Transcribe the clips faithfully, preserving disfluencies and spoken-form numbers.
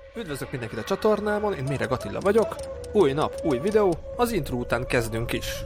Üdvözlök mindenkit a csatornámon, én Méreg Attila vagyok. Új nap, új videó, az intro után kezdünk is.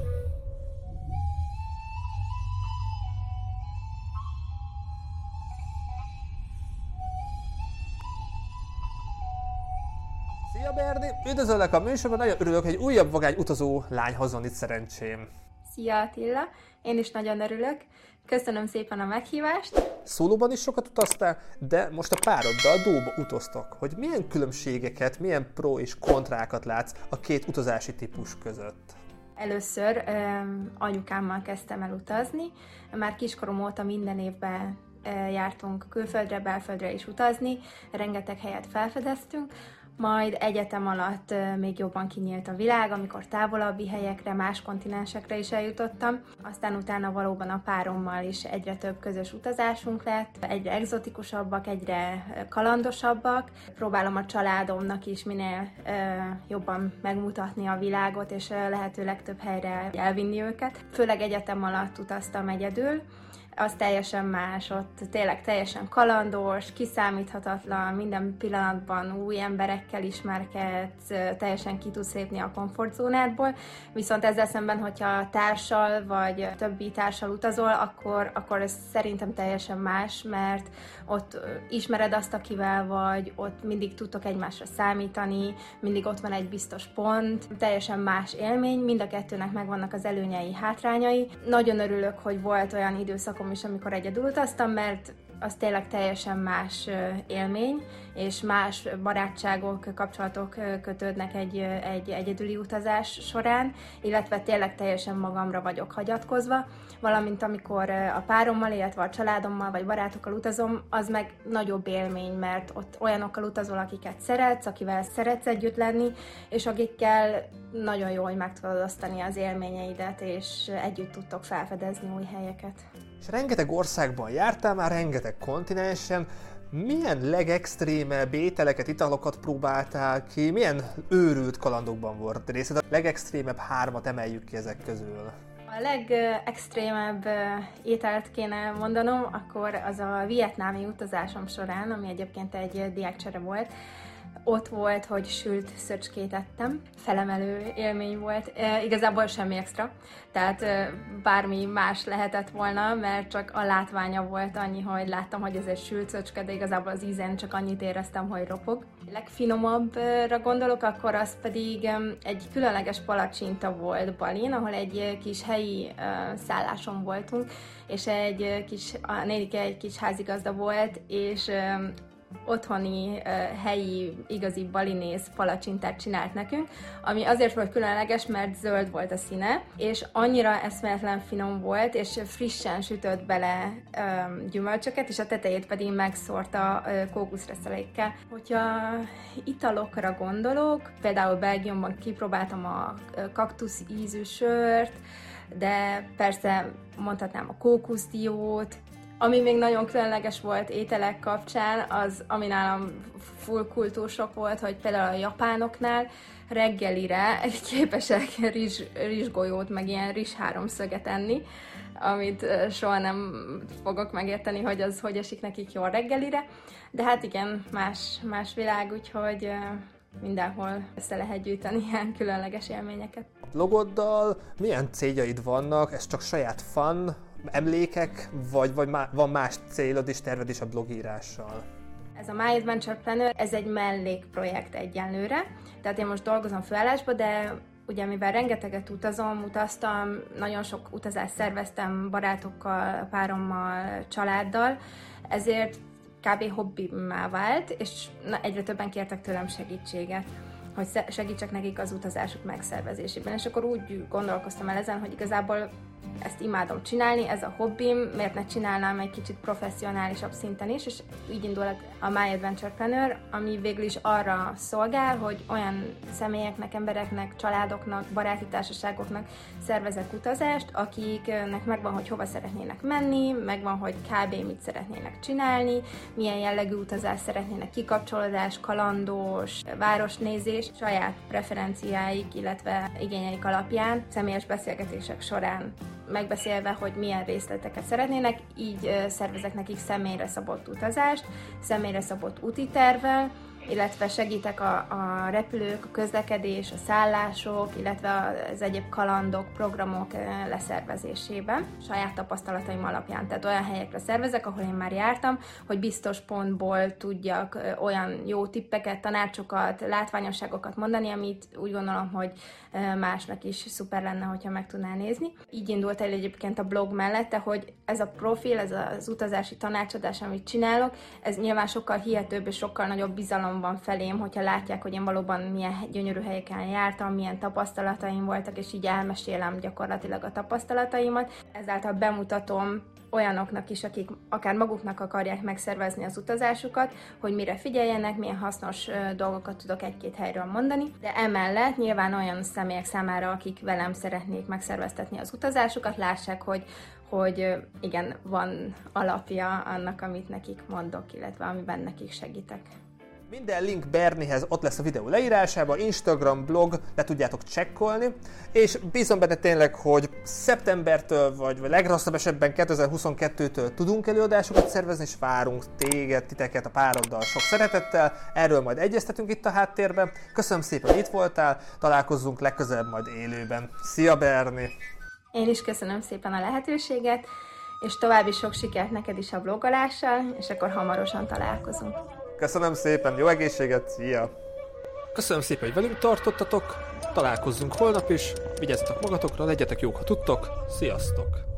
Szia Berni! Üdvözöllek a műsorban, nagyon örülök, hogy egy újabb vagány utazó lányhoz van itt szerencsém. Szia Attila! Én is nagyon örülök. Köszönöm szépen a meghívást. Szólóban is sokat utaztál, de most a pároddal Dóba utaztok. Hogy milyen különbségeket, milyen pro és kontrákat látsz a két utazási típus között? Először um, anyukámmal kezdtem el utazni. Már kiskorom óta minden évben uh, jártunk külföldre, belföldre is utazni. Rengeteg helyet felfedeztünk. Majd egyetem alatt uh, még jobban kinyílt a világ, amikor távolabbi helyekre, más kontinensekre is eljutottam. Aztán utána valóban a párommal is egyre több közös utazásunk lett, egyre egzotikusabbak, egyre kalandosabbak. Próbálom a családomnak is minél uh, jobban megmutatni a világot, és uh, lehető legtöbb helyre elvinni őket. Főleg egyetem alatt utaztam egyedül, az teljesen más, ott tényleg teljesen kalandos, kiszámíthatatlan, minden pillanatban új emberekkel ismerkedsz, teljesen ki tudsz lépni a komfortzónádból, viszont ezzel szemben, hogyha társal vagy többi társal utazol, akkor, akkor ez szerintem teljesen más, mert ott ismered azt, akivel vagy, ott mindig tudtok egymásra számítani, mindig ott van egy biztos pont, teljesen más élmény, mind a kettőnek megvannak az előnyei, hátrányai. Nagyon örülök, hogy volt olyan időszakom is, amikor egyedül utaztam, mert az tényleg teljesen más élmény, és más barátságok, kapcsolatok kötődnek egy, egy egyedüli utazás során, illetve tényleg teljesen magamra vagyok hagyatkozva, valamint amikor a párommal, illetve a családommal vagy barátokkal utazom, az meg nagyobb élmény, mert ott olyanokkal utazol, akiket szeretsz, akivel szeretsz együtt lenni, és akikkel nagyon jó, hogy meg tudod osztani az élményeidet, és együtt tudtok felfedezni új helyeket. És rengeteg országban jártál már, rengeteg kontinensen. Milyen legextrémebb ételeket, italokat próbáltál ki? Milyen őrült kalandokban volt részed? A legextrémebb hármat emeljük ki ezek közül. A legextrémebb ételt kéne mondanom, akkor az a vietnámi utazásom során, ami egyébként egy diákcsere volt. Ott volt, hogy sült szöcskét ettem, felemelő élmény volt, e, igazából semmi extra, tehát e, bármi más lehetett volna, mert csak a látványa volt annyi, hogy láttam, hogy ez egy sült szöcske, de igazából az ízen csak annyit éreztem, hogy ropog. Legfinomabbra gondolok, akkor az pedig egy különleges palacsinta volt Balin, ahol egy kis helyi e, szálláson voltunk, és egy kis, a nélike egy kis házigazda volt, és e, otthoni, uh, helyi, igazi balinész palacsintát csinált nekünk, ami azért volt különleges, mert zöld volt a színe, és annyira eszméletlen finom volt, és frissen sütött bele um, gyümölcsöket, és a tetejét pedig megszórta uh, kókuszreszelékkel. Hogyha italokra gondolok, például Belgiumban kipróbáltam a kaktusz ízű sört, de persze mondhatnám a kókuszdiót. Ami még nagyon különleges volt ételek kapcsán, az, ami nálam full kultúrsok volt, hogy például a japánoknál reggelire képesek rizs, rizsgolyót, meg ilyen rizs háromszöget enni, amit soha nem fogok megérteni, hogy az hogy esik nekik jól reggelire. De hát igen, más, más világ, úgyhogy mindenhol össze lehet gyűjteni ilyen különleges élményeket. Blogoddal milyen céljaid vannak? Ez csak saját fun, emlékek, vagy, vagy má, van más célod és terved is a blogírással? Ez a My Adventure Planner, ez egy mellékprojekt egyenlőre, tehát én most dolgozom főállásban, de ugye mivel rengeteget utazom, utaztam, nagyon sok utazást szerveztem barátokkal, párommal, családdal, ezért kb. Hobbimmá vált, és na, egyre többen kértek tőlem segítséget, hogy segítsek nekik az utazásuk megszervezésében. És akkor úgy gondolkoztam el ezen, hogy igazából ezt imádom csinálni, ez a hobbim, miért ne csinálnám egy kicsit professzionálisabb szinten is, és így indul a My Adventure Planner, ami végül is arra szolgál, hogy olyan személyeknek, embereknek, családoknak, baráti társaságoknak szervezek utazást, akiknek megvan, hogy hova szeretnének menni, megvan, hogy kb. Mit szeretnének csinálni, milyen jellegű utazást szeretnének, kikapcsolódás, kalandos, városnézés, saját preferenciáik, illetve igényeik alapján személyes beszélgetések során megbeszélve, hogy milyen részleteket szeretnének, így szervezek nekik személyre szabott utazást, személyre szabott úti tervvel, illetve segítek a, a repülők, a közlekedés, a szállások, illetve az egyéb kalandok, programok leszervezésében, saját tapasztalataim alapján. Tehát olyan helyekre szervezek, ahol én már jártam, hogy biztos pontból tudjak olyan jó tippeket, tanácsokat, látványosságokat mondani, amit úgy gondolom, hogy másnak is szuper lenne, hogyha meg tudná nézni. Így indult el egyébként a blog mellette, hogy ez a profil, ez az utazási tanácsadás, amit csinálok, ez nyilván sokkal hihetőbb és sokkal nagyobb bizalom van felém, hogyha látják, hogy én valóban milyen gyönyörű helyeken jártam, milyen tapasztalataim voltak, és így elmesélem gyakorlatilag a tapasztalataimat. Ezáltal bemutatom olyanoknak is, akik akár maguknak akarják megszervezni az utazásukat, hogy mire figyeljenek, milyen hasznos dolgokat tudok egy-két helyről mondani, de emellett nyilván olyan személyek számára, akik velem szeretnék megszerveztetni az utazásukat, lássák, hogy, hogy igen, van alapja annak, amit nekik mondok, illetve amiben nekik segítek. Minden link Bernihez ott lesz a videó leírásában, Instagram, blog, le tudjátok csekkolni, és bízom benne tényleg, hogy szeptembertől, vagy, vagy legrosszabb esetben kétezer-huszonkettőtől tudunk előadásokat szervezni, és várunk téged, titeket a pároddal sok szeretettel, erről majd egyeztetünk itt a háttérben. Köszönöm szépen, hogy itt voltál, találkozzunk legközelebb majd élőben. Szia Berni! Én is köszönöm szépen a lehetőséget, és további sok sikert neked is a blogolással, és akkor hamarosan találkozunk. Köszönöm szépen, jó egészséget, szia! Köszönöm szépen, hogy velünk tartottatok, találkozzunk holnap is, vigyázzatok magatokra, legyetek jók, ha tudtok, sziasztok!